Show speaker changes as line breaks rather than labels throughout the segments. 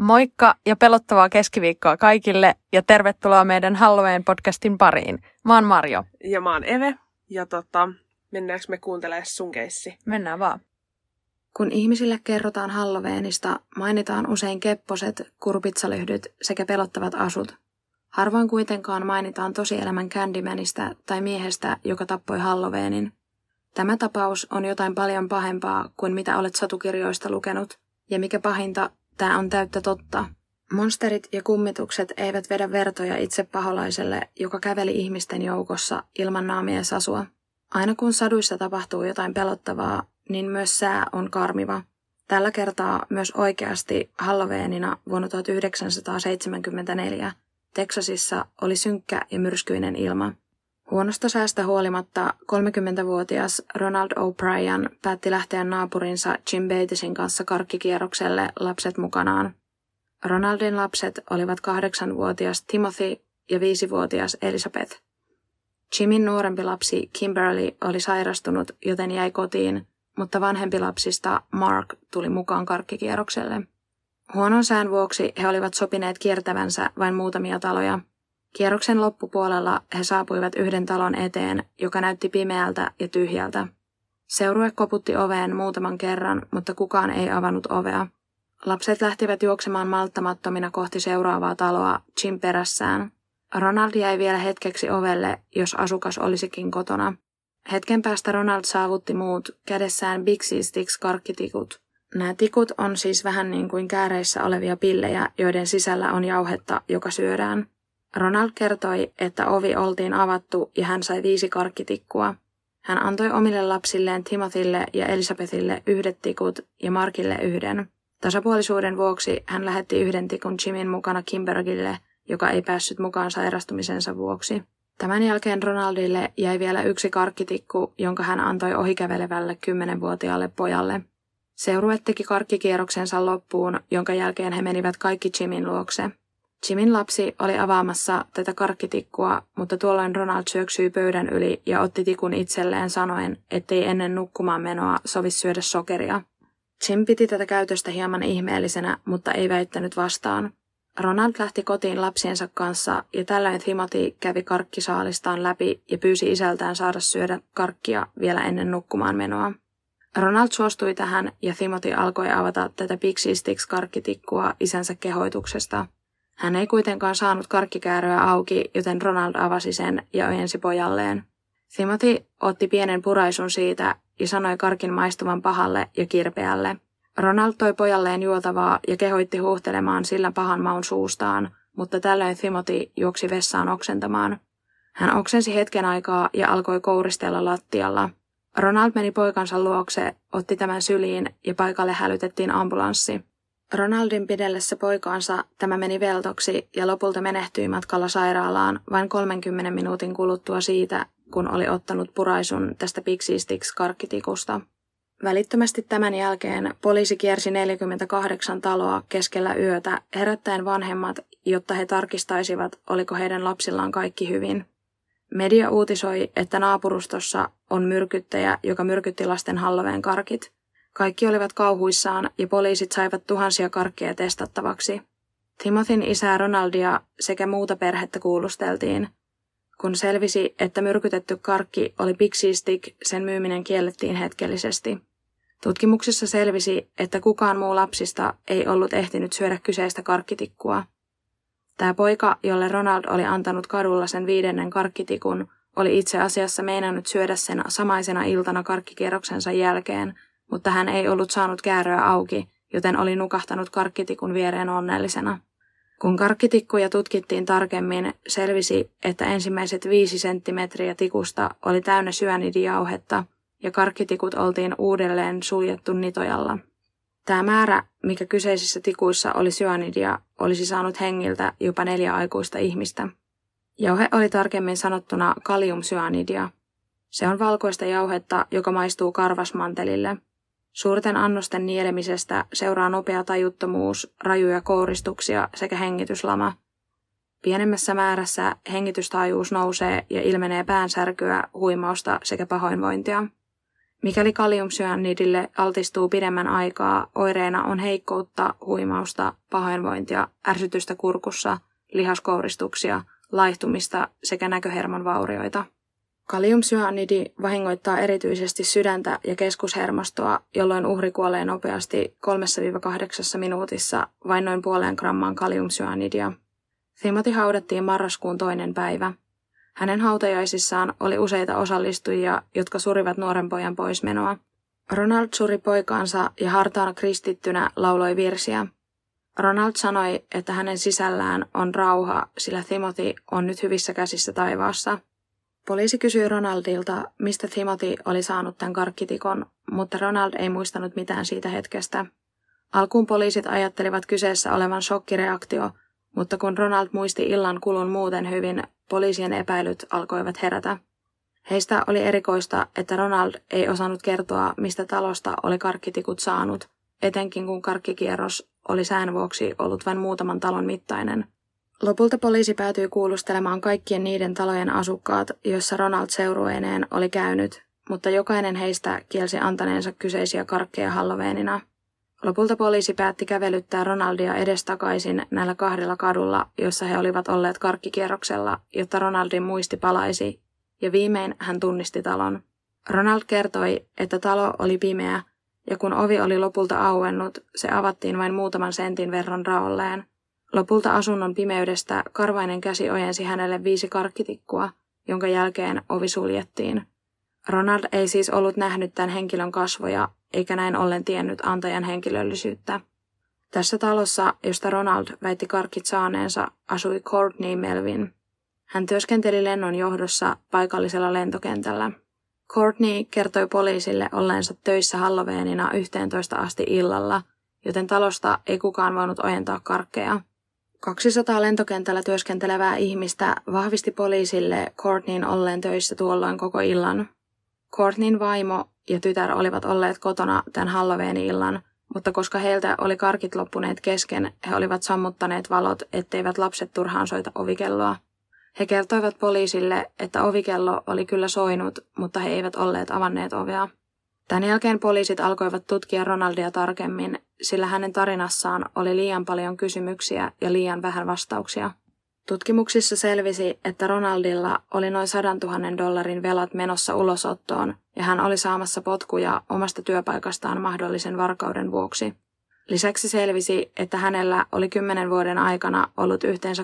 Moikka ja pelottavaa keskiviikkoa kaikille ja tervetuloa meidän Halloween-podcastin pariin. Mä oon Marjo.
Ja mä oon Eve. Ja mennäänkö me kuuntelemaan sun keissi?
Mennään vaan.
Kun ihmisille kerrotaan Halloweenista, mainitaan usein kepposet, kurpitsalyhdyt sekä pelottavat asut. Harvoin kuitenkaan mainitaan tosielämän Candymanista tai miehestä, joka tappoi Halloweenin. Tämä tapaus on jotain paljon pahempaa kuin mitä olet satukirjoista lukenut. Ja mikä pahinta, tämä on täyttä totta. Monsterit ja kummitukset eivät vedä vertoja itse paholaiselle, joka käveli ihmisten joukossa ilman naamiaisasua. Aina kun saduissa tapahtuu jotain pelottavaa, niin myös sää on karmiva. Tällä kertaa myös oikeasti Halloweenina vuonna 1974 Teksasissa oli synkkä ja myrskyinen ilma. Huonosta säästä huolimatta 30-vuotias Ronald O'Brien päätti lähteä naapurinsa Jim Batesin kanssa karkkikierrokselle lapset mukanaan. Ronaldin lapset olivat 8-vuotias Timothy ja 5-vuotias Elizabeth. Jimin nuorempi lapsi Kimberly oli sairastunut, joten jäi kotiin, mutta vanhempi lapsista Mark tuli mukaan karkkikierrokselle. Huonon sään vuoksi he olivat sopineet kiertävänsä vain muutamia taloja. Kierroksen loppupuolella he saapuivat yhden talon eteen, joka näytti pimeältä ja tyhjältä. Seurue koputti oveen muutaman kerran, mutta kukaan ei avannut ovea. Lapset lähtivät juoksemaan malttamattomina kohti seuraavaa taloa, Jim perässään. Ronald jäi vielä hetkeksi ovelle, jos asukas olisikin kotona. Hetken päästä Ronald saavutti muut, kädessään Bixie Sticks -karkkitikut. Nämä tikut on siis vähän niin kuin kääreissä olevia pillejä, joiden sisällä on jauhetta, joka syödään. Ronald kertoi, että ovi oltiin avattu ja hän sai 5 karkkitikkua. Hän antoi omille lapsilleen Timothylle ja Elizabethille 1 tikut ja Markille 1. Tasapuolisuuden vuoksi hän lähetti 1 tikun Jimin mukana Kimberlylle, joka ei päässyt mukaan sairastumisensa vuoksi. Tämän jälkeen Ronaldille jäi vielä 1 karkkitikku, jonka hän antoi ohikävelevälle 10-vuotiaalle pojalle. Seurue teki karkkikierroksensa loppuun, jonka jälkeen he menivät kaikki Jimin luokse. Jimin lapsi oli avaamassa tätä karkkitikkua, mutta tuolloin Ronald syöksyi pöydän yli ja otti tikun itselleen sanoen, ettei ennen nukkumaan menoa sovi syödä sokeria. Jim piti tätä käytöstä hieman ihmeellisenä, mutta ei väittänyt vastaan. Ronald lähti kotiin lapsiensa kanssa ja tällöin Timothy kävi karkkisaalistaan läpi ja pyysi isältään saada syödä karkkia vielä ennen nukkumaan menoa. Ronald suostui tähän ja Timothy alkoi avata tätä Bixie Sticks -karkkitikkua isänsä kehoituksesta. Hän ei kuitenkaan saanut karkkikääröä auki, joten Ronald avasi sen ja ojensi pojalleen. Timothy otti pienen puraisun siitä ja sanoi karkin maistuvan pahalle ja kirpeälle. Ronald toi pojalleen juotavaa ja kehoitti huuhtelemaan sillä pahan maun suustaan, mutta tällöin Timothy juoksi vessaan oksentamaan. Hän oksensi hetken aikaa ja alkoi kouristella lattialla. Ronald meni poikansa luokse, otti tämän syliin ja paikalle hälytettiin ambulanssi. Ronaldin pidellessä poikaansa tämä meni veltoksi ja lopulta menehtyi matkalla sairaalaan vain 30 minuutin kuluttua siitä, kun oli ottanut puraisun tästä Bixie Sticks -karkkitikusta. Välittömästi tämän jälkeen poliisi kiersi 48 taloa keskellä yötä herättäen vanhemmat, jotta he tarkistaisivat, oliko heidän lapsillaan kaikki hyvin. Media uutisoi, että naapurustossa on myrkyttäjä, joka myrkytti lasten Halloween-karkit. Kaikki olivat kauhuissaan ja poliisit saivat tuhansia karkkeja testattavaksi. Timothyn isää Ronaldia sekä muuta perhettä kuulusteltiin. Kun selvisi, että myrkytetty karkki oli Bixie Stick, sen myyminen kiellettiin hetkellisesti. Tutkimuksissa selvisi, että kukaan muu lapsista ei ollut ehtinyt syödä kyseistä karkkitikkua. Tämä poika, jolle Ronald oli antanut kadulla sen 5. karkkitikun, oli itse asiassa meinannut syödä sen samaisena iltana karkkikierroksensa jälkeen, mutta hän ei ollut saanut kääröä auki, joten oli nukahtanut karkkitikun viereen onnellisena. Kun karkkitikkuja tutkittiin tarkemmin, selvisi, että ensimmäiset 5 senttimetriä tikusta oli täynnä syanidijauhetta ja karkkitikut oltiin uudelleen suljettu nitojalla. Tämä määrä, mikä kyseisissä tikuissa oli syanidia, olisi saanut hengiltä jopa 4 aikuista ihmistä. Jauhe oli tarkemmin sanottuna kaliumsyanidia. Se on valkoista jauhetta, joka maistuu karvasmantelille. Suurten annosten nielemisestä seuraa nopea tajuttomuus, rajuja kouristuksia sekä hengityslama. Pienemmässä määrässä hengitystaajuus nousee ja ilmenee päänsärkyä, huimausta sekä pahoinvointia. Mikäli kaliumsyanidille altistuu pidemmän aikaa, oireena on heikkoutta, huimausta, pahoinvointia, ärsytystä kurkussa, lihaskouristuksia, laihtumista sekä näköhermon vaurioita. Kaliumsyanidi vahingoittaa erityisesti sydäntä ja keskushermostoa, jolloin uhri kuolee nopeasti 3-8 minuutissa vain noin 0,5 grammaan kaliumsyanidia. Timothy haudattiin marraskuun 2. päivä. Hänen hautajaisissaan oli useita osallistujia, jotka surivat nuoren pojan poismenoa. Ronald suri poikaansa ja hartaana kristittynä lauloi virsiä. Ronald sanoi, että hänen sisällään on rauha, sillä Timothy on nyt hyvissä käsissä taivaassa. Poliisi kysyi Ronaldilta, mistä Timothy oli saanut tämän karkkitikon, mutta Ronald ei muistanut mitään siitä hetkestä. Alkuun poliisit ajattelivat kyseessä olevan shokkireaktio, mutta kun Ronald muisti illan kulun muuten hyvin, poliisien epäilyt alkoivat herätä. Heistä oli erikoista, että Ronald ei osannut kertoa, mistä talosta oli karkkitikut saanut, etenkin kun karkkikierros oli sään vuoksi ollut vain muutaman talon mittainen. Lopulta poliisi päätyi kuulustelemaan kaikkien niiden talojen asukkaat, joissa Ronald seurueineen oli käynyt, mutta jokainen heistä kielsi antaneensa kyseisiä karkkeja Halloweenina. Lopulta poliisi päätti kävelyttää Ronaldia edestakaisin näillä 2 kadulla, jossa he olivat olleet karkkikierroksella, jotta Ronaldin muisti palaisi, ja viimein hän tunnisti talon. Ronald kertoi, että talo oli pimeä, ja kun ovi oli lopulta auennut, se avattiin vain muutaman sentin verran raolleen. Lopulta asunnon pimeydestä karvainen käsi ojensi hänelle 5 karkkitikkua, jonka jälkeen ovi suljettiin. Ronald ei siis ollut nähnyt tämän henkilön kasvoja, eikä näin ollen tiennyt antajan henkilöllisyyttä. Tässä talossa, josta Ronald väitti karkkit saaneensa, asui Courtney Melvin. Hän työskenteli lennon johdossa paikallisella lentokentällä. Courtney kertoi poliisille olleensa töissä Halloweenina 11 asti illalla, joten talosta ei kukaan voinut ojentaa karkkeja. 200 lentokentällä työskentelevää ihmistä vahvisti poliisille Courtneyn olleen töissä tuolloin koko illan. Courtneyn vaimo ja tytär olivat olleet kotona tämän Halloween-illan, mutta koska heiltä oli karkit loppuneet kesken, he olivat sammuttaneet valot, etteivät lapset turhaan soita ovikelloa. He kertoivat poliisille, että ovikello oli kyllä soinut, mutta he eivät olleet avanneet ovea. Tämän jälkeen poliisit alkoivat tutkia Ronaldia tarkemmin, sillä hänen tarinassaan oli liian paljon kysymyksiä ja liian vähän vastauksia. Tutkimuksissa selvisi, että Ronaldilla oli noin $100,000 velat menossa ulosottoon ja hän oli saamassa potkuja omasta työpaikastaan mahdollisen varkauden vuoksi. Lisäksi selvisi, että hänellä oli 10 vuoden aikana ollut yhteensä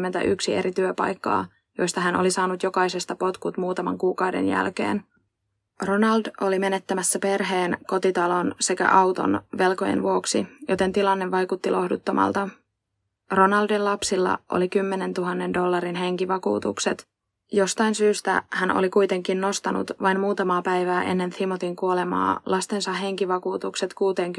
21 eri työpaikkaa, joista hän oli saanut jokaisesta potkut muutaman kuukauden jälkeen. Ronald oli menettämässä perheen, kotitalon sekä auton velkojen vuoksi, joten tilanne vaikutti lohduttomalta. Ronaldin lapsilla oli $10,000 henkivakuutukset. Jostain syystä hän oli kuitenkin nostanut vain muutamaa päivää ennen Timothyn kuolemaa lastensa henkivakuutukset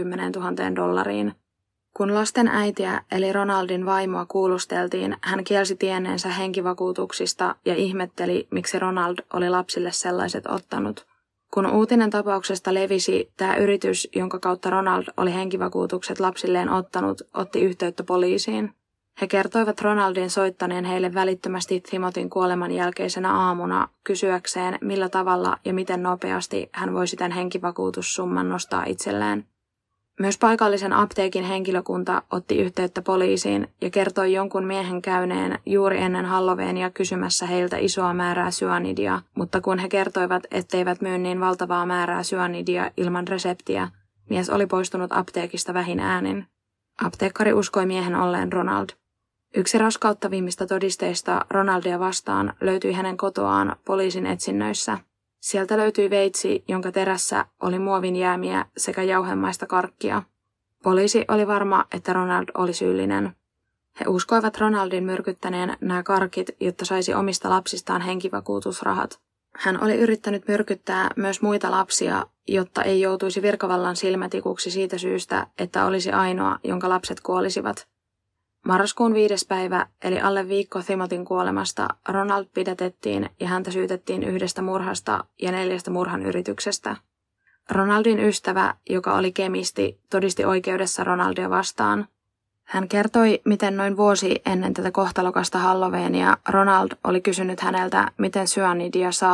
$60,000. Kun lasten äitiä eli Ronaldin vaimoa kuulusteltiin, hän kielsi tienneensä henkivakuutuksista ja ihmetteli, miksi Ronald oli lapsille sellaiset ottanut. Kun uutinen tapauksesta levisi, tämä yritys, jonka kautta Ronald oli henkivakuutukset lapsilleen ottanut, otti yhteyttä poliisiin. He kertoivat Ronaldin soittaneen heille välittömästi Timothyn kuoleman jälkeisenä aamuna kysyäkseen, millä tavalla ja miten nopeasti hän voisi tämän henkivakuutussumman nostaa itselleen. Myös paikallisen apteekin henkilökunta otti yhteyttä poliisiin ja kertoi jonkun miehen käyneen juuri ennen Halloweenia kysymässä heiltä isoa määrää syanidia, mutta kun he kertoivat, etteivät myy niin valtavaa määrää syanidia ilman reseptiä, mies oli poistunut apteekista vähin äänin. Apteekkari uskoi miehen olleen Ronald. Yksi raskauttavimmista todisteista Ronaldia vastaan löytyi hänen kotoaan poliisin etsinnöissä. Sieltä löytyi veitsi, jonka terässä oli muovin jäämiä sekä jauhemaista karkkia. Poliisi oli varma, että Ronald oli syyllinen. He uskoivat Ronaldin myrkyttäneen nämä karkit, jotta saisi omista lapsistaan henkivakuutusrahat. Hän oli yrittänyt myrkyttää myös muita lapsia, jotta ei joutuisi virkavallan silmätikuksi siitä syystä, että olisi ainoa, jonka lapset kuolisivat. Marraskuun 5. päivä, eli alle viikko Timothyn kuolemasta, Ronald pidätettiin ja häntä syytettiin 1 murhasta ja 4 murhan yrityksestä. Ronaldin ystävä, joka oli kemisti, todisti oikeudessa Ronaldia vastaan. Hän kertoi, miten noin vuosi ennen tätä kohtalokasta Halloweenia Ronald oli kysynyt häneltä, miten syanidia saa,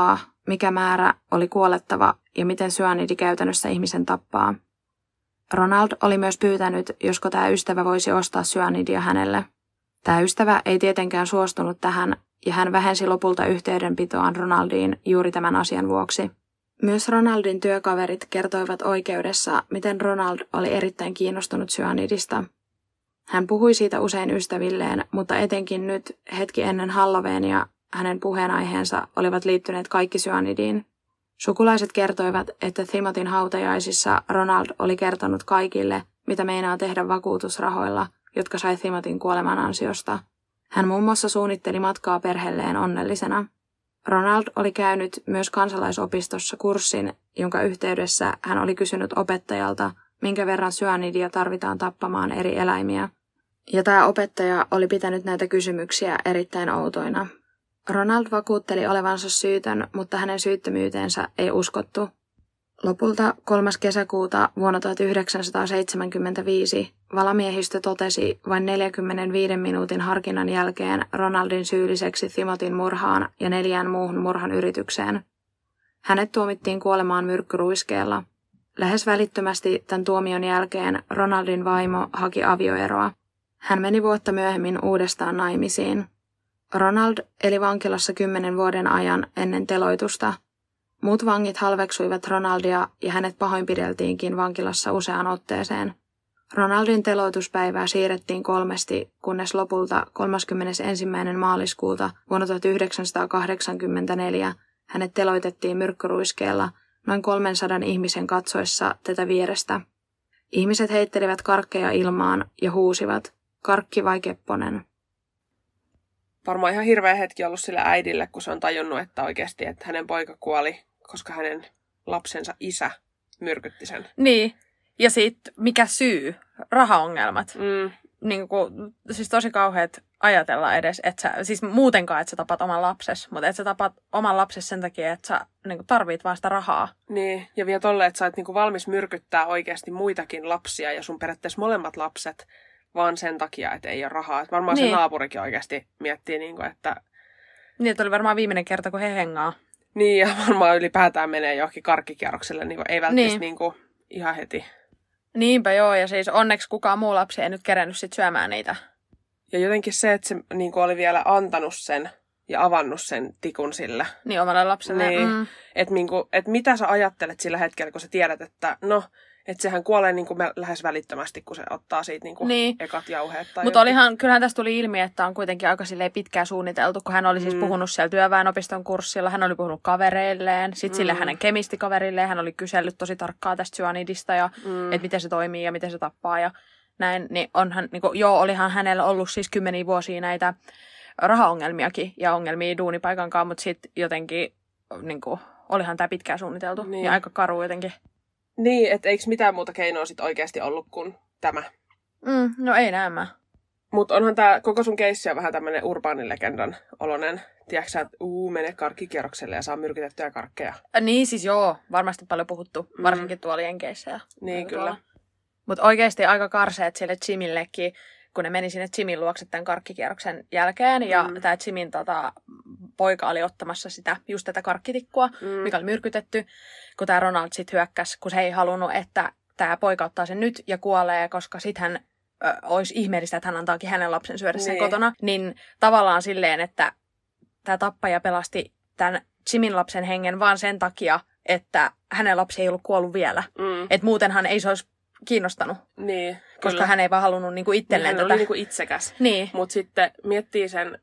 mikä määrä oli kuolettava ja miten syanidi käytännössä ihmisen tappaa. Ronald oli myös pyytänyt, josko tämä ystävä voisi ostaa syanidia hänelle. Tämä ystävä ei tietenkään suostunut tähän ja hän vähensi lopulta yhteydenpitoaan Ronaldiin juuri tämän asian vuoksi. Myös Ronaldin työkaverit kertoivat oikeudessa, miten Ronald oli erittäin kiinnostunut syanidista. Hän puhui siitä usein ystävilleen, mutta etenkin nyt hetki ennen Halloweenia hänen puheenaiheensa olivat liittyneet kaikki syanidiin. Sukulaiset kertoivat, että Timothyn hautajaisissa Ronald oli kertonut kaikille, mitä meinaa tehdä vakuutusrahoilla, jotka sai Timothyn kuoleman ansiosta. Hän muun muassa suunnitteli matkaa perheelleen onnellisena. Ronald oli käynyt myös kansalaisopistossa kurssin, jonka yhteydessä hän oli kysynyt opettajalta, minkä verran syanidia tarvitaan tappamaan eri eläimiä. Ja tämä opettaja oli pitänyt näitä kysymyksiä erittäin outoina. Ronald vakuutteli olevansa syytön, mutta hänen syyttömyyteensä ei uskottu. Lopulta 3. kesäkuuta vuonna 1975 valamiehistö totesi vain 45 minuutin harkinnan jälkeen Ronaldin syylliseksi Timothyn murhaan ja 4 muuhun murhan yritykseen. Hänet tuomittiin kuolemaan myrkkyruiskeella. Lähes välittömästi tämän tuomion jälkeen Ronaldin vaimo haki avioeroa. Hän meni vuotta myöhemmin uudestaan naimisiin. Ronald eli vankilassa 10 vuoden ajan ennen teloitusta. Muut vangit halveksuivat Ronaldia ja hänet pahoinpideltiinkin vankilassa useaan otteeseen. Ronaldin teloituspäivää siirrettiin 3, kunnes lopulta 31. maaliskuuta vuonna 1984 hänet teloitettiin myrkkyruiskeella noin 300 ihmisen katsoessa tätä vierestä. Ihmiset heittelivät karkkeja ilmaan ja huusivat, karkki vai kepponen.
Varmaan ihan hirveä hetki ollut sille äidille, kun se on tajunnut, että oikeasti, että hänen poika kuoli, koska hänen lapsensa isä myrkytti sen.
Niin. Ja sitten mikä syy? Rahaongelmat. Siis tosi kauheat ajatella edes, että sä, siis muutenkaan, että sä tapat oman lapses, mutta että sä tapat oman lapses sen takia, että sä tarvit vaan sitä rahaa.
Niin, ja vielä tolle, että sä oot valmis myrkyttää oikeasti muitakin lapsia ja sun periaatteessa molemmat lapset vaan sen takia, että ei ole rahaa. Että varmaan se naapurikin oikeasti miettii, että...
Niin, että oli varmaan viimeinen kerta, kun he hengaa.
Niin, ja varmaan ylipäätään menee johonkin karkkikierrokselle, ei välttämättä ihan heti.
Niinpä joo, ja siis onneksi kukaan muu lapsi ei nyt kerennyt sit syömään niitä.
Ja jotenkin se, että se oli vielä antanut sen ja avannut sen tikun sillä.
Niin, omalle lapselle.
Niin, että mitä sä ajattelet sillä hetkellä, kun sä tiedät, että että sehän kuolee lähes välittömästi, kun se ottaa siitä ekat jauheet.
Mutta kyllähän tästä tuli ilmi, että on kuitenkin aika pitkään suunniteltu, kun hän oli siis puhunut siellä työväenopiston kurssilla, hän oli puhunut kavereilleen, sitten sille hänen kemistikaverilleen, hän oli kysellyt tosi tarkkaa tästä syanidista ja että miten se toimii ja miten se tappaa ja näin. Niin onhan, olihan hänellä ollut siis 10 vuosia näitä rahaongelmiakin ja ongelmia duunipaikankaan, mutta sitten jotenkin olihan tämä pitkään suunniteltu ja aika karu jotenkin.
Niin, että eikö mitään muuta keinoa sit oikeasti ollut kuin tämä?
No ei näemmä.
Mutta onhan tämä koko sun keissi on vähän tämmöinen urbaanilegendan oloinen. Tiedätkö sä, että mene karkkikierrokselle ja saa myrkytettyjä karkkeja?
Niin siis joo, varmasti paljon puhuttu, varsinkin tuolla Jenkeissä.
Niin kyllä.
Mutta oikeasti aika karseet sille Jimillekin, kun ne meni sinne Jimin luokse tämän karkkikierroksen jälkeen. Ja tämä Jimin poika oli ottamassa just tätä karkkitikkua, mikä oli myrkytetty. Kun tämä Ronald sitten hyökkäsi, kun se ei halunnut, että tämä poika ottaa sen nyt ja kuolee, koska sitten hän olisi ihmeellistä, että hän antaakin hänen lapsen syödä sen kotona. Niin tavallaan silleen, että tämä tappaja pelasti tämän Jimin lapsen hengen vaan sen takia, että hänen lapsi ei ollut kuollut vielä. Että muutenhan ei se olisi kiinnostanut.
Niin,
koska
kyllä.
Hän ei vaan halunnut itselleen
tätä. Hän oli itsekäs.
Niin.
Mutta sitten miettii sen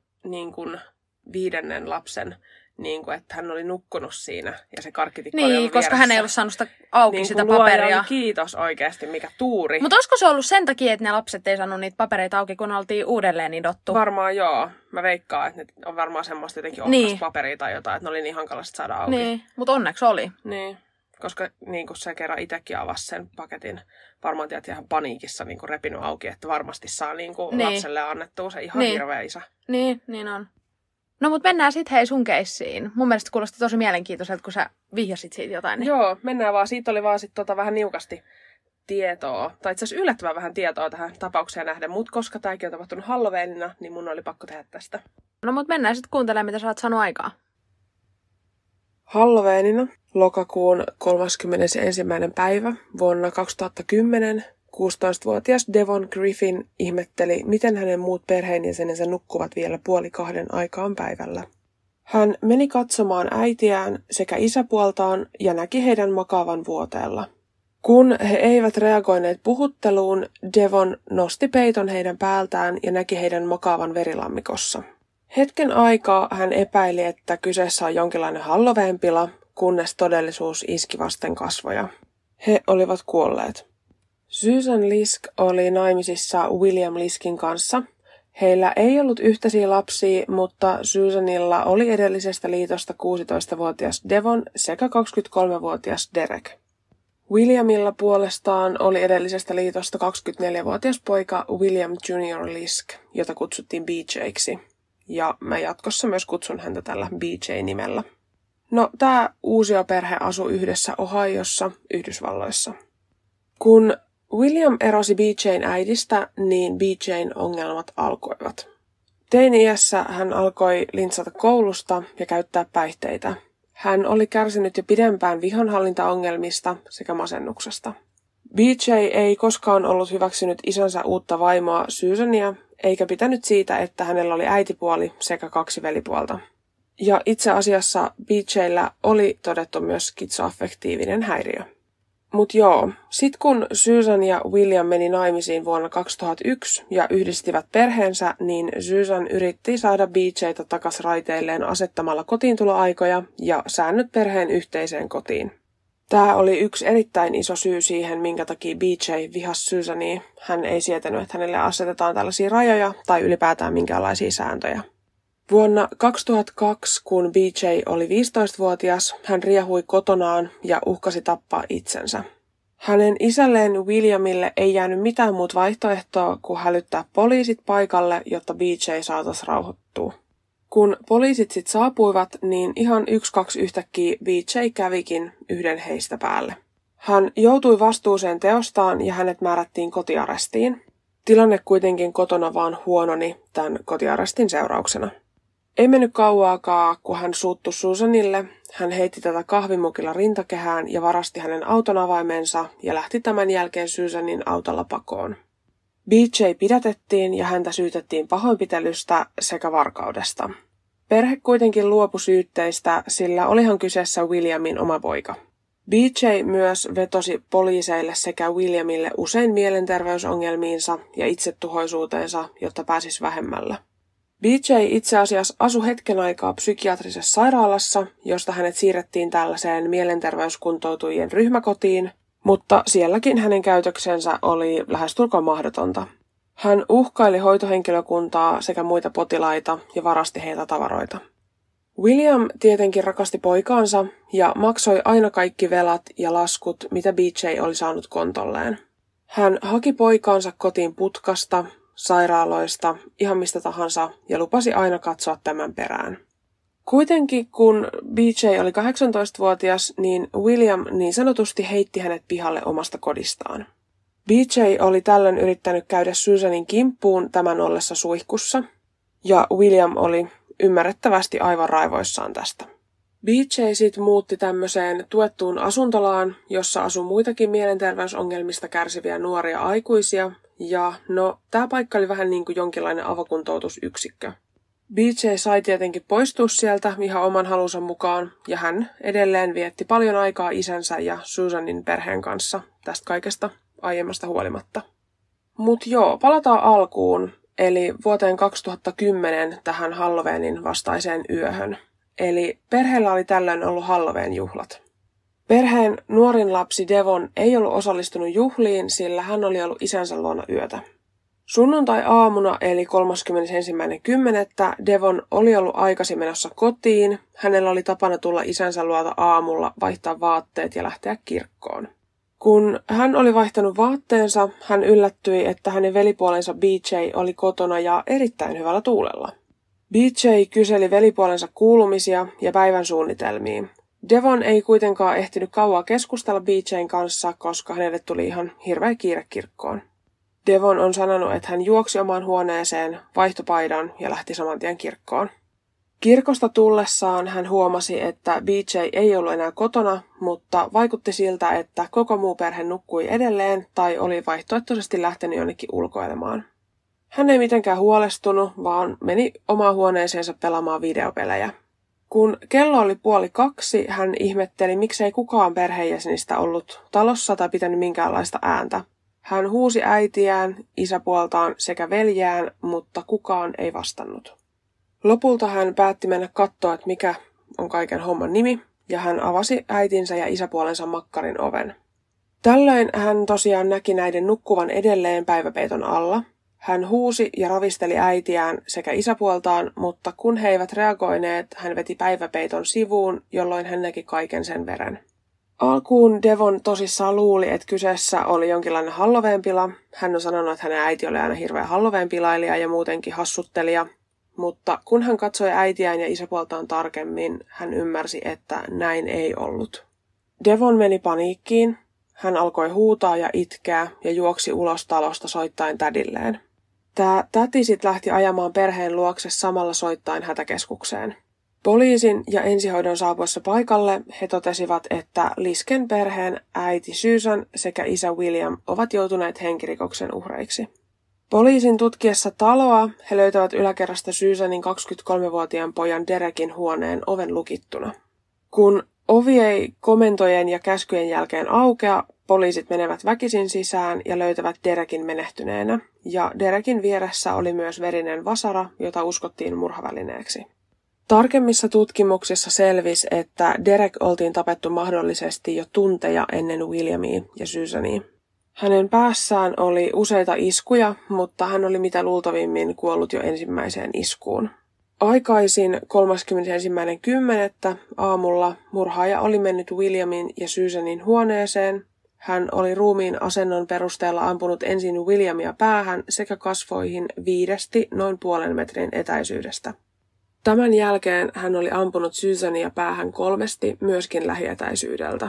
5. lapsen, että hän oli nukkunut siinä ja se karkkitikko oli ollut
koska
vieressä.
hän ei ollut saanut sitä auki sitä paperia.
Kiitos oikeasti, mikä tuuri.
Mutta olisiko se ollut sen takia, että ne lapset ei saanut niitä papereita auki, kun oltiin uudelleen nidottu?
Varmaan joo. Mä veikkaan, että ne on varmaan semmoista jotenkin ohkasta paperia tai jotain, että ne oli niin hankalasti saada auki.
Niin, mutta onneksi oli.
Niin, koska kun se kerran itsekin avasi sen paketin, varmaan tiedät ihan paniikissa repinyt auki, että varmasti saa lapselle annettua se ihan hirveä isä.
Niin on. No mut mennään sitten sun keissiin. Mun mielestä kuulosti tosi mielenkiintoiselta, kun sä vihjasit siitä jotain. Niin...
Joo, mennään vaan. Siitä oli vaan vähän niukasti tietoa. Tai itse asiassa yllättävän vähän tietoa tähän tapaukseen nähden. Mutta koska tämäkin on tapahtunut Halloweenina, niin mun oli pakko tehdä tästä.
No mut mennään sitten kuuntelemaan, mitä sä oot saanut aikaa.
Halloweenina lokakuun 31. päivä vuonna 2010 16-vuotias Devon Griffin ihmetteli, miten hänen muut perheenjäsenensä nukkuvat vielä 1:30 aikaan päivällä. Hän meni katsomaan äitiään sekä isäpuoltaan ja näki heidän makaavan vuoteella. Kun he eivät reagoineet puhutteluun, Devon nosti peiton heidän päältään ja näki heidän makaavan verilammikossa. Hetken aikaa hän epäili, että kyseessä on jonkinlainen Halloween-pila, kunnes todellisuus iski vasten kasvoja. He olivat kuolleet. Susan Lisk oli naimisissa William Liskin kanssa. Heillä ei ollut yhteisiä lapsia, mutta Susanilla oli edellisestä liitosta 16-vuotias Devon sekä 23-vuotias Derek. Williamilla puolestaan oli edellisestä liitosta 24-vuotias poika William Jr. Lisk, jota kutsuttiin BJ:ksi. Ja mä jatkossa myös kutsun häntä tällä BJ-nimellä. No, tää uusioperhe asui yhdessä Ohiossa, Yhdysvalloissa. Kun William erosi BJ:n äidistä, niin BJ:n ongelmat alkoivat. Teini-iässä hän alkoi lintsata koulusta ja käyttää päihteitä. Hän oli kärsinyt jo pidempään vihanhallintaongelmista sekä masennuksesta. BJ ei koskaan ollut hyväksynyt isänsä uutta vaimoa Susania, eikä pitänyt siitä, että hänellä oli äitipuoli sekä 2 velipuolta. Ja itse asiassa BJ:llä oli todettu myös skitsoaffektiivinen häiriö. Mut joo, sit kun Susan ja William meni naimisiin vuonna 2001 ja yhdistivät perheensä, niin Susan yritti saada BJ:tä takas raiteilleen asettamalla kotiintuloaikoja ja säännöt perheen yhteiseen kotiin. Tämä oli yksi erittäin iso syy siihen, minkä takia BJ vihasi Susania. Hän ei sietänyt, että hänelle asetetaan tällaisia rajoja tai ylipäätään minkäänlaisia sääntöjä. Vuonna 2002, kun BJ oli 15-vuotias, hän riehui kotonaan ja uhkasi tappaa itsensä. Hänen isälleen Williamille ei jäänyt mitään muuta vaihtoehtoa kuin hälyttää poliisit paikalle, jotta BJ saataisiin rauhoittua. Kun poliisit sitten saapuivat, niin ihan 1-2 yhtäkkiä BJ kävikin yhden heistä päälle. Hän joutui vastuuseen teostaan ja hänet määrättiin kotiarestiin. Tilanne kuitenkin kotona vaan huononi tämän kotiarestin seurauksena. Ei mennyt kauaakaan, kun hän suuttui Susanille. Hän heitti tätä kahvimukilla rintakehään ja varasti hänen auton avaimensa ja lähti tämän jälkeen Susanin autolla pakoon. BJ pidätettiin ja häntä syytettiin pahoinpitelystä sekä varkaudesta. Perhe kuitenkin luopui syytteistä, sillä olihan kyseessä Williamin oma poika. BJ myös vetosi poliiseille sekä Williamille usein mielenterveysongelmiinsa ja itsetuhoisuuteensa, jotta pääsisi vähemmällä. BJ itse asiassa asui hetken aikaa psykiatrisessa sairaalassa, josta hänet siirrettiin tällaiseen mielenterveyskuntoutujien ryhmäkotiin, mutta sielläkin hänen käytöksensä oli lähestulkoon mahdotonta. Hän uhkaili hoitohenkilökuntaa sekä muita potilaita ja varasti heiltä tavaroita. William tietenkin rakasti poikaansa ja maksoi aina kaikki velat ja laskut, mitä BJ oli saanut kontolleen. Hän haki poikaansa kotiin putkasta, sairaaloista, ihan mistä tahansa ja lupasi aina katsoa tämän perään. Kuitenkin kun BJ oli 18-vuotias, niin William niin sanotusti heitti hänet pihalle omasta kodistaan. BJ oli tällöin yrittänyt käydä Susanin kimppuun tämän ollessa suihkussa, ja William oli ymmärrettävästi aivan raivoissaan tästä. BJ sitten muutti tämmöiseen tuettuun asuntolaan, jossa asui muitakin mielenterveysongelmista kärsiviä nuoria aikuisia, ja no, tämä paikka oli vähän niin kuin jonkinlainen avokuntoutusyksikkö. BJ sai tietenkin poistua sieltä ihan oman halunsa mukaan, ja hän edelleen vietti paljon aikaa isänsä ja Susanin perheen kanssa tästä kaikesta aiemmasta huolimatta. Mut joo, palataan alkuun, eli vuoteen 2010 tähän Halloweenin vastaiseen yöhön. Eli perheellä oli tällöin ollut Halloween-juhlat. Perheen nuorin lapsi Devon ei ollut osallistunut juhliin, sillä hän oli ollut isänsä luona yötä. Sunnuntai-aamuna eli 31.10. Devon oli ollut aikaisin menossa kotiin. Hänellä oli tapana tulla isänsä luota aamulla, vaihtaa vaatteet ja lähteä kirkkoon. Kun hän oli vaihtanut vaatteensa, hän yllättyi, että hänen velipuolensa BJ oli kotona ja erittäin hyvällä tuulella. BJ kyseli velipuolensa kuulumisia ja päivän suunnitelmia. Devon ei kuitenkaan ehtinyt kauaa keskustella BJ:n kanssa, koska hänelle tuli ihan hirveä kiire kirkkoon. Devon on sanonut, että hän juoksi omaan huoneeseen, vaihtoi paidan ja lähti saman tien kirkkoon. Kirkosta tullessaan hän huomasi, että BJ ei ollut enää kotona, mutta vaikutti siltä, että koko muu perhe nukkui edelleen tai oli vaihtoehtoisesti lähtenyt jonnekin ulkoilemaan. Hän ei mitenkään huolestunut, vaan meni omaan huoneeseensa pelaamaan videopelejä. Kun kello oli 1:30, hän ihmetteli, miksei kukaan perheenjäsenistä ollut talossa tai pitänyt minkäänlaista ääntä. Hän huusi äitiään, isäpuoltaan sekä veljään, mutta kukaan ei vastannut. Lopulta hän päätti mennä katsoa, että mikä on kaiken homman nimi, ja hän avasi äitinsä ja isäpuolensa makkarin oven. Tällöin hän tosiaan näki näiden nukkuvan edelleen päiväpeiton alla. Hän huusi ja ravisteli äitiään sekä isäpuoltaan, mutta kun he eivät reagoineet, hän veti päiväpeiton sivuun, jolloin hän näki kaiken sen veren. Alkuun Devon tosissaan luuli, että kyseessä oli jonkinlainen Halloween-pila. Hän on sanonut, että hänen äiti oli aina hirveä Halloween-pilailija ja muutenkin hassuttelija. Mutta kun hän katsoi äitiään ja isäpuoltaan tarkemmin, hän ymmärsi, että näin ei ollut. Devon meni paniikkiin. Hän alkoi huutaa ja itkeä ja juoksi ulos talosta soittaen tädilleen. Tämä täti sitten lähti ajamaan perheen luokse samalla soittaen hätäkeskukseen. Poliisin ja ensihoidon saapuessa paikalle he totesivat, että Lisken perheen äiti Susan sekä isä William ovat joutuneet henkirikoksen uhreiksi. Poliisin tutkiessa taloa he löytävät yläkerrasta Susanin 23-vuotiaan pojan Derekin huoneen oven lukittuna. Kun ovi ei komentojen ja käskyjen jälkeen aukea, poliisit menevät väkisin sisään ja löytävät Derekin menehtyneenä, ja Derekin vieressä oli myös verinen vasara, jota uskottiin murhavälineeksi. Tarkemmissa tutkimuksissa selvisi, että Derek oltiin tapettu mahdollisesti jo tunteja ennen Williamia ja Susania. Hänen päässään oli useita iskuja, mutta hän oli mitä luultavimmin kuollut jo ensimmäiseen iskuun. Aikaisin 31.10. aamulla murhaaja oli mennyt Williamin ja Susanin huoneeseen. Hän oli ruumiin asennon perusteella ampunut ensin Williamia päähän sekä kasvoihin 5 noin 0,5 metrin etäisyydestä. Tämän jälkeen hän oli ampunut Susania päähän 3 myöskin lähietäisyydeltä.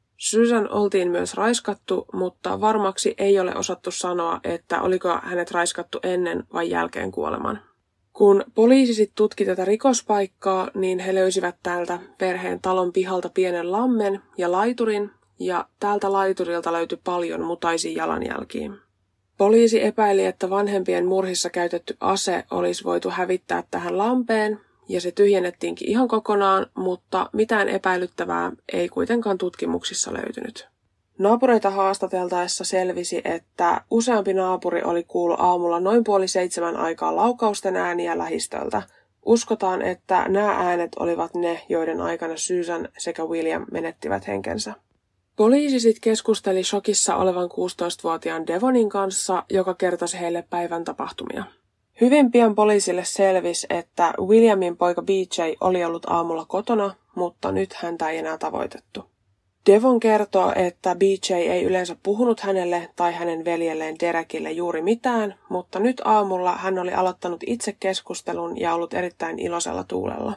Susan oltiin myös raiskattu, mutta varmaksi ei ole osattu sanoa, että oliko hänet raiskattu ennen vai jälkeen kuoleman. Kun poliisi sitten tutki tätä rikospaikkaa, niin he löysivät täältä perheen talon pihalta pienen lammen ja laiturin, ja täältä laiturilta löytyi paljon mutaisia jalanjälkiä. Poliisi epäili, että vanhempien murhissa käytetty ase olisi voitu hävittää tähän lampeen, ja se tyhjennettiinkin ihan kokonaan, mutta mitään epäilyttävää ei kuitenkaan tutkimuksissa löytynyt. Naapureita haastateltaessa selvisi, että useampi naapuri oli kuullut aamulla noin 6:30 aikaa laukausten ääniä lähistöltä. Uskotaan, että nämä äänet olivat ne, joiden aikana Susan sekä William menettivät henkensä. Poliisi sitten keskusteli shokissa olevan 16-vuotiaan Devonin kanssa, joka kertosi heille päivän tapahtumia. Hyvin pian poliisille selvisi, että Williamin poika BJ oli ollut aamulla kotona, mutta nyt häntä ei enää tavoitettu. Devon kertoo, että BJ ei yleensä puhunut hänelle tai hänen veljelleen Derekille juuri mitään, mutta nyt aamulla hän oli aloittanut itse keskustelun ja ollut erittäin iloisella tuulella.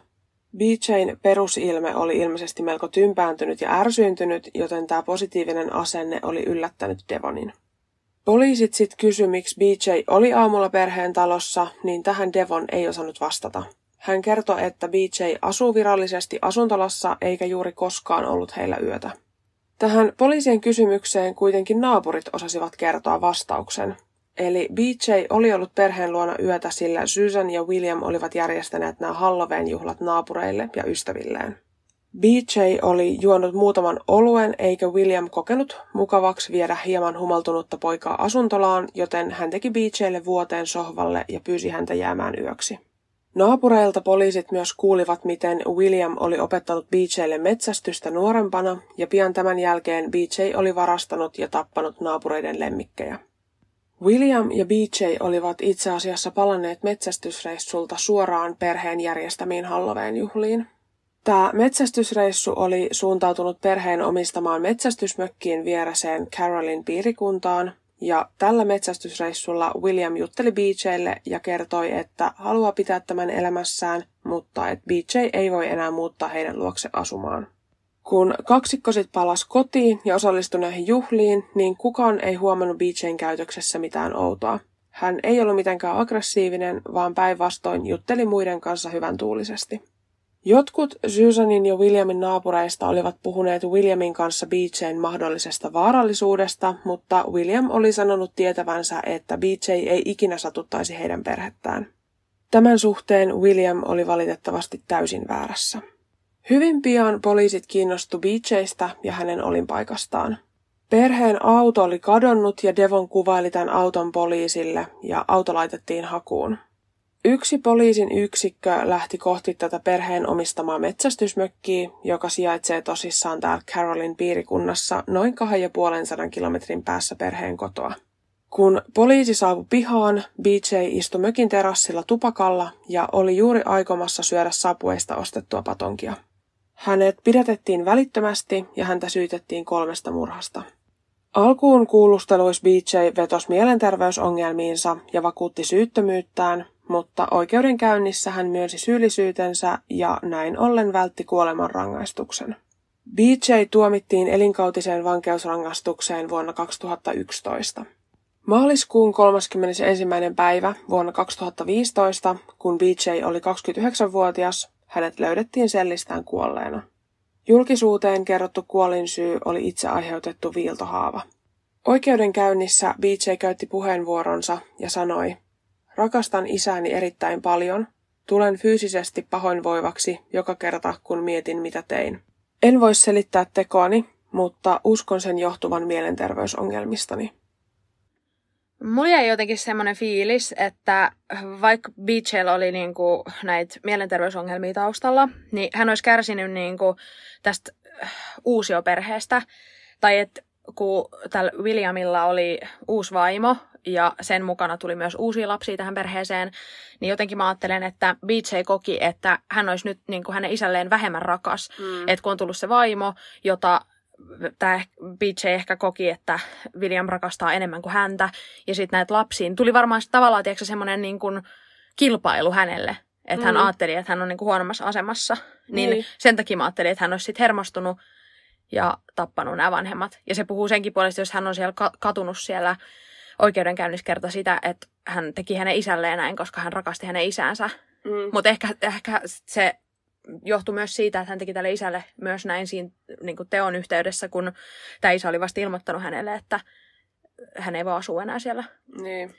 BJ:n perusilme oli ilmeisesti melko tympääntynyt ja ärsyyntynyt, joten tämä positiivinen asenne oli yllättänyt Devonin. Poliisit sitten kysyi, miksi BJ oli aamulla perheen talossa, niin tähän Devon ei osannut vastata. Hän kertoi, että BJ asuu virallisesti asuntolassa eikä juuri koskaan ollut heillä yötä. Tähän poliisien kysymykseen kuitenkin naapurit osasivat kertoa vastauksen. Eli BJ oli ollut perheen luona yötä, sillä Susan ja William olivat järjestäneet nämä Halloween-juhlat naapureille ja ystävilleen. BJ oli juonut muutaman oluen, eikä William kokenut mukavaksi viedä hieman humaltunutta poikaa asuntolaan, joten hän teki BJlle vuoteen sohvalle ja pyysi häntä jäämään yöksi. Naapureilta poliisit myös kuulivat, miten William oli opettanut BJlle metsästystä nuorempana, ja pian tämän jälkeen BJ oli varastanut ja tappanut naapureiden lemmikkejä. William ja BJ olivat itse asiassa palanneet metsästysreissulta suoraan perheen järjestämiin Halloween-juhliin. Tämä metsästysreissu oli suuntautunut perheen omistamaan metsästysmökkiin viereseen Carolyn piirikuntaan, ja tällä metsästysreissulla William jutteli BJlle ja kertoi, että haluaa pitää tämän elämässään, mutta että BJ ei voi enää muuttaa heidän luokse asumaan. Kun kaksikko sit palasi kotiin ja osallistui näihin juhliin, niin kukaan ei huomannut BJn käytöksessä mitään outoa. Hän ei ollut mitenkään aggressiivinen, vaan päinvastoin jutteli muiden kanssa hyvän tuulisesti. Jotkut Susanin ja Williamin naapureista olivat puhuneet Williamin kanssa BJ:n mahdollisesta vaarallisuudesta, mutta William oli sanonut tietävänsä, että BJ ei ikinä satuttaisi heidän perhettään. Tämän suhteen William oli valitettavasti täysin väärässä. Hyvin pian poliisit kiinnostu BJ:stä ja hänen olinpaikastaan. Perheen auto oli kadonnut ja Devon kuvaili tämän auton poliisille ja auto laitettiin hakuun. Yksi poliisin yksikkö lähti kohti tätä perheen omistamaa metsästysmökkiä, joka sijaitsee tosissaan täällä Carrollin piirikunnassa noin 250 kilometrin päässä perheen kotoa. Kun poliisi saapui pihaan, BJ istui mökin terassilla tupakalla ja oli juuri aikomassa syödä Subwaysta ostettua patonkia. Hänet pidätettiin välittömästi ja häntä syytettiin 3 murhasta. Alkuun kuulusteluissa BJ vetosi mielenterveysongelmiinsa ja vakuutti syyttömyyttään, mutta oikeudenkäynnissä hän myönsi syyllisyytensä ja näin ollen vältti kuolemanrangaistuksen. BJ tuomittiin elinkautiseen vankeusrangaistukseen vuonna 2011. Maaliskuun 31. päivä vuonna 2015, kun BJ oli 29-vuotias, hänet löydettiin sellistään kuolleena. Julkisuuteen kerrottu kuolinsyy oli itse aiheutettu viiltohaava. Oikeudenkäynnissä BJ käytti puheenvuoronsa ja sanoi: "Rakastan isääni erittäin paljon. Tulen fyysisesti pahoinvoivaksi joka kerta, kun mietin, mitä tein. En voi selittää tekoani, mutta uskon sen johtuvan mielenterveysongelmistani."
Mulla jäi jotenkin semmoinen fiilis, että vaikka BJ:llä oli niinku näitä mielenterveysongelmia taustalla, niin hän olisi kärsinyt niinku tästä uusioperheestä. Tai että kun tällä Williamilla oli uusi vaimo ja sen mukana tuli myös uusia lapsia tähän perheeseen, niin jotenkin mä ajattelen, että BJ koki, että hän olisi nyt niinku hänen isälleen vähemmän rakas. Että kun on tullut se vaimo, jota tämä BJ ehkä koki, että William rakastaa enemmän kuin häntä. Ja sitten näitä lapsiin tuli varmaan tavallaan semmoinen niin kuin kilpailu hänelle. Että hän ajatteli, että hän on niin kuin huonommassa asemassa. Niin sen takia mä ajattelin, että hän olisi sitten hermostunut ja tappanut nämä vanhemmat. Ja se puhuu senkin puolesta, jos hän on siellä katunut siellä oikeudenkäynnissä kerta sitä, että hän teki hänen isälleen näin, koska hän rakasti hänen isäänsä. Mutta ehkä se johtui myös siitä, että hän teki tälle isälle myös näin siinä niin kuin teon yhteydessä, kun tämä isä oli vasta ilmoittanut hänelle, että hän ei vaan asu enää siellä.
Niin.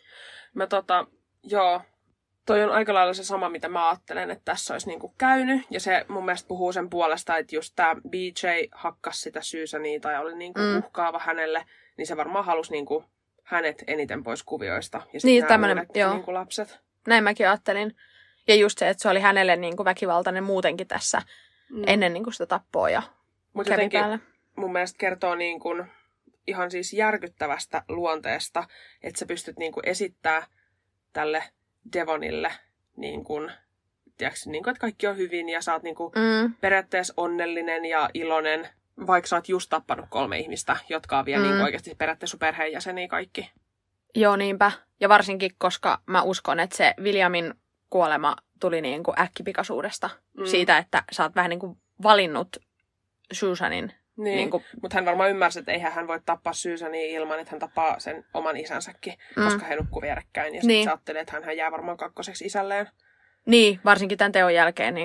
Joo. Toi on aika lailla se sama, mitä mä ajattelen, että tässä olisi niinku käynyt. Ja se mun mielestä puhuu sen puolesta, että just tämä BJ hakkasi sitä Susania tai oli niinku uhkaava hänelle, niin se varmaan halusi niinku hänet eniten pois kuvioista. Ja
niin, tämmöinen,
niinku lapset.
Näin mäkin ajattelin. Ja just se, että se oli hänelle niinku väkivaltainen muutenkin tässä ennen niinku sitä tappoa ja kävi päällä.
Mun mielestä kertoo niinku ihan siis järkyttävästä luonteesta, että sä pystyt niinku esittämään tälle Devonille, tiedätkö, että kaikki on hyvin ja sä oot periaatteessa onnellinen ja iloinen, vaikka sä oot just tappanut 3 ihmistä, jotka on vielä oikeasti periaatteessa sun perheenjäseniä kaikki.
Joo, niinpä. Ja varsinkin, koska mä uskon, että se Williamin kuolema tuli äkkipikaisuudesta. Siitä, että sä oot vähän valinnut Susanin.
Niin, mutta hän varmaan ymmärsi, että eihän hän voi tappaa Susania ilman, että hän tappaa sen oman isänsäkin, koska he nukkuu vierekkäin. Ja sitten sä ajattelee, että hän jää varmaan kakkoseksi isälleen.
Niin, varsinkin tämän teon jälkeen,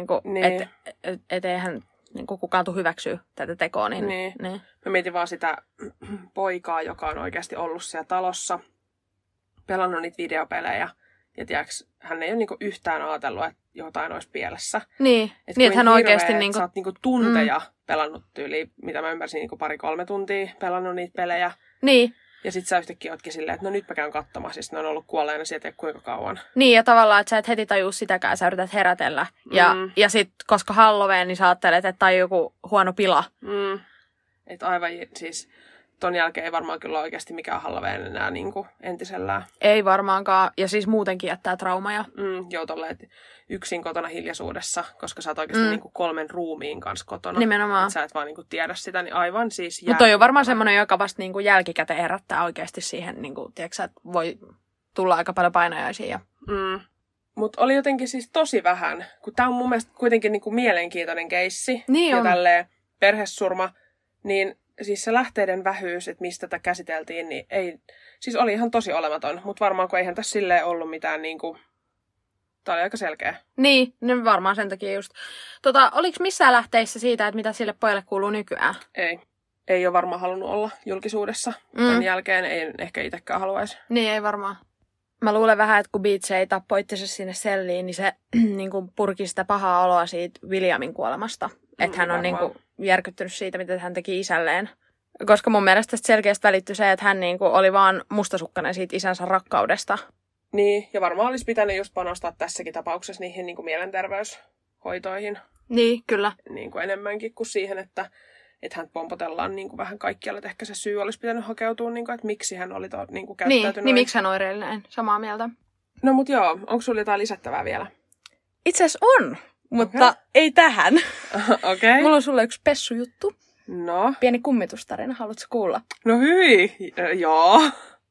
että eihän kukaan tule hyväksyä tätä tekoa. Niin.
Mä mietin vaan sitä poikaa, joka on oikeasti ollut siellä talossa, pelannut niitä videopelejä. Ja tiiäks, hän ei ole yhtään ajatellut, että jotain olisi pielessä.
Niin, että hän oikeasti
sä oot tunteja pelannut tyyliin, mitä mä ymmärsin, 2-3 tuntia pelannut niitä pelejä.
Niin.
Ja sit sä yhtäkkiä ootkin silleen, että no nyt mä käyn katsomaan, siis ne on ollut kuolleena sieltä kuinka kauan.
Niin, ja tavallaan, että sä et heti tajua sitäkään, sä yrität herätellä. Ja sit, koska Halloween, niin sä ajattelet, että tää on joku huono pila.
Että aivan siis ton jälkeen ei varmaan kyllä oikeasti mikään Halloween enää entisellään.
Ei varmaankaan, ja siis muutenkin jättää traumaja.
Joo, tolleen yksin kotona hiljaisuudessa, koska sä oot oikeasti 3 ruumiin kanssa kotona.
Nimenomaan.
Että sä et vaan tiedä sitä, niin aivan siis
mutta toi on varmaan semmoinen, joka vasta jälkikäteen herättää oikeasti siihen, tiedätkö, että voi tulla aika paljon painajaisia.
Mutta oli jotenkin siis tosi vähän, kun tää on mun mielestä kuitenkin mielenkiintoinen keissi.
Niin
ja tälleen perhesurma, niin siis se lähteiden vähyys, että mistä tätä käsiteltiin, niin Siis oli ihan tosi olematon, mutta varmaan kun eihän tässä silleen ollut mitään niinku... Tää oli aika selkeä.
Niin, no varmaan sen takia just. Oliko missään lähteissä siitä, että mitä sille pojalle kuuluu nykyään?
Ei ole varmaan halunnut olla julkisuudessa. Tämän jälkeen ei ehkä itsekään haluaisi.
Niin, ei varmaan. Mä luulen vähän, että kun Beatsy tappoi itsensä sinne selliin, niin se niin kuin purki sitä pahaa oloa siitä Williamin kuolemasta. Että hän on niin kuin järkyttynyt siitä, mitä hän teki isälleen. Koska mun mielestä selkeästi välittyi se, että hän niin kuin oli vaan mustasukkainen siitä isänsä rakkaudesta.
Niin, ja varmaan olisi pitänyt just panostaa tässäkin tapauksessa niihin niin kuin mielenterveyshoitoihin.
Niin, kyllä.
Niin kuin enemmänkin kuin siihen, että hän pompotellaan niin kuin vähän kaikkialle. Että ehkä se syy olisi pitänyt hakeutua, niin kuin, että miksi hän oli niin kuin käyttäytynyt.
Niin, miksi hän oireillinen. Samaa mieltä.
No mut joo, onko sulla jotain lisättävää vielä?
Itse asiassa on, mutta ei tähän.
Okei.
Mulla on sulle yksi pessujuttu.
No?
Pieni kummitustarina, haluatko kuulla?
No hyi, joo.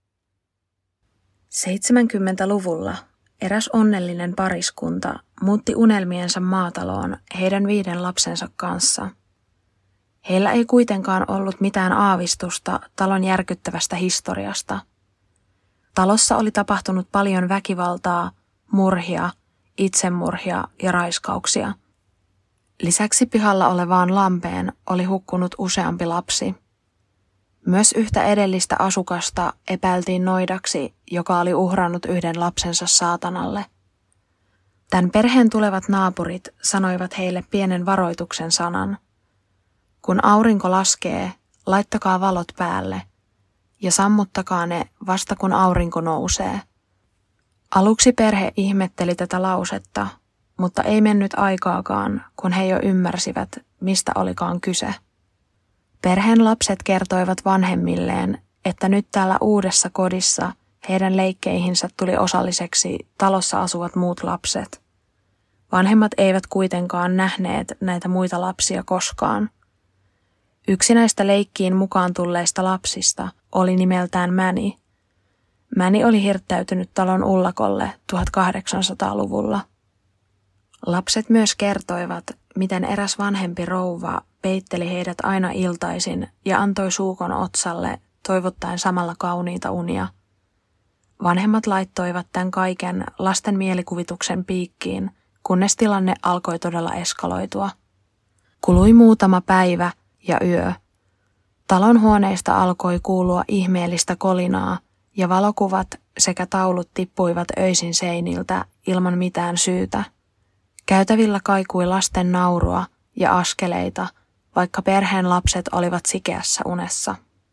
70-luvulla eräs onnellinen pariskunta muutti unelmiensa maataloon heidän 5 lapsensa kanssa. Heillä ei kuitenkaan ollut mitään aavistusta talon järkyttävästä historiasta. Talossa oli tapahtunut paljon väkivaltaa, murhia, itsemurhia ja raiskauksia. Lisäksi pihalla olevaan lampeen oli hukkunut useampi lapsi. Myös yhtä edellistä asukasta epäiltiin noidaksi, joka oli uhrannut 1 lapsensa saatanalle. Tämän perheen tulevat naapurit sanoivat heille pienen varoituksen sanan. Kun aurinko laskee, laittakaa valot päälle ja sammuttakaa ne vasta kun aurinko nousee. Aluksi perhe ihmetteli tätä lausetta, mutta ei mennyt aikaakaan, kun he jo ymmärsivät, mistä olikaan kyse. Perheen lapset kertoivat vanhemmilleen, että nyt täällä uudessa kodissa heidän leikkeihinsä tuli osalliseksi talossa asuvat muut lapset. Vanhemmat eivät kuitenkaan nähneet näitä muita lapsia koskaan. Yksi näistä leikkiin mukaan tulleista lapsista oli nimeltään Manny. Manny oli hirttäytynyt talon ullakolle 1800-luvulla. Lapset myös kertoivat, miten eräs vanhempi rouva peitteli heidät aina iltaisin ja antoi suukon otsalle toivottaen samalla kauniita unia. Vanhemmat laittoivat tämän kaiken lasten mielikuvituksen piikkiin, kunnes tilanne alkoi todella eskaloitua. Kului muutama päivä ja yö. Talon huoneista alkoi kuulua ihmeellistä kolinaa ja valokuvat sekä taulut tippuivat öisin seiniltä ilman mitään syytä. Käytävillä kaikui lasten naurua ja askeleita, vaikka perheen lapset olivat sikeässä unessa.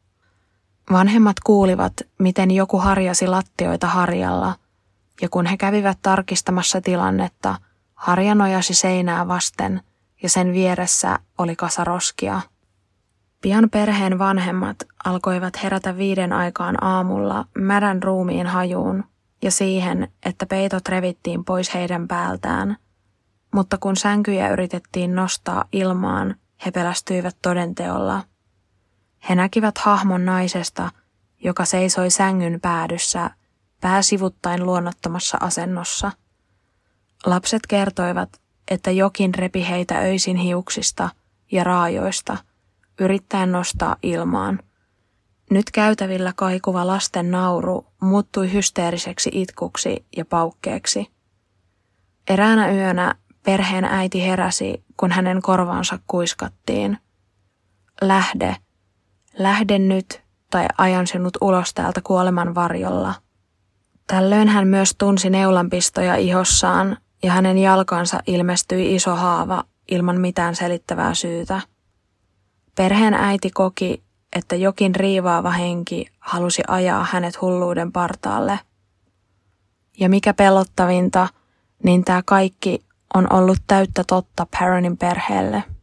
Vanhemmat kuulivat, miten joku harjasi lattioita harjalla, ja kun he kävivät tarkistamassa tilannetta, harja nojasi seinää vasten ja sen vieressä oli kasa roskia. Pian perheen vanhemmat alkoivat herätä 5 aikaan aamulla märän ruumiin hajuun ja siihen, että peitot revittiin pois heidän päältään. Mutta kun sänkyjä yritettiin nostaa ilmaan, he pelästyivät todenteolla. He näkivät hahmon naisesta, joka seisoi sängyn päädyssä, pää sivuttain luonnottomassa asennossa. Lapset kertoivat, että jokin repi heitä öisin hiuksista ja raajoista, yrittäen nostaa ilmaan. Nyt käytävillä kaikuva lasten nauru muuttui hysteeriseksi itkuksi ja paukkeeksi. Eräänä yönä perheen äiti heräsi, kun hänen korvaansa kuiskattiin. Lähde, lähde nyt, tai ajan sinut ulos täältä kuoleman varjolla. Tällöin hän myös tunsi neulanpistoja ihossaan, ja hänen jalkansa ilmestyi iso haava ilman mitään selittävää syytä. Perheen äiti koki, että jokin riivaava henki halusi ajaa hänet hulluuden partaalle. Ja mikä pelottavinta, niin tämä kaikki on ollut täyttä totta Perronin perheelle.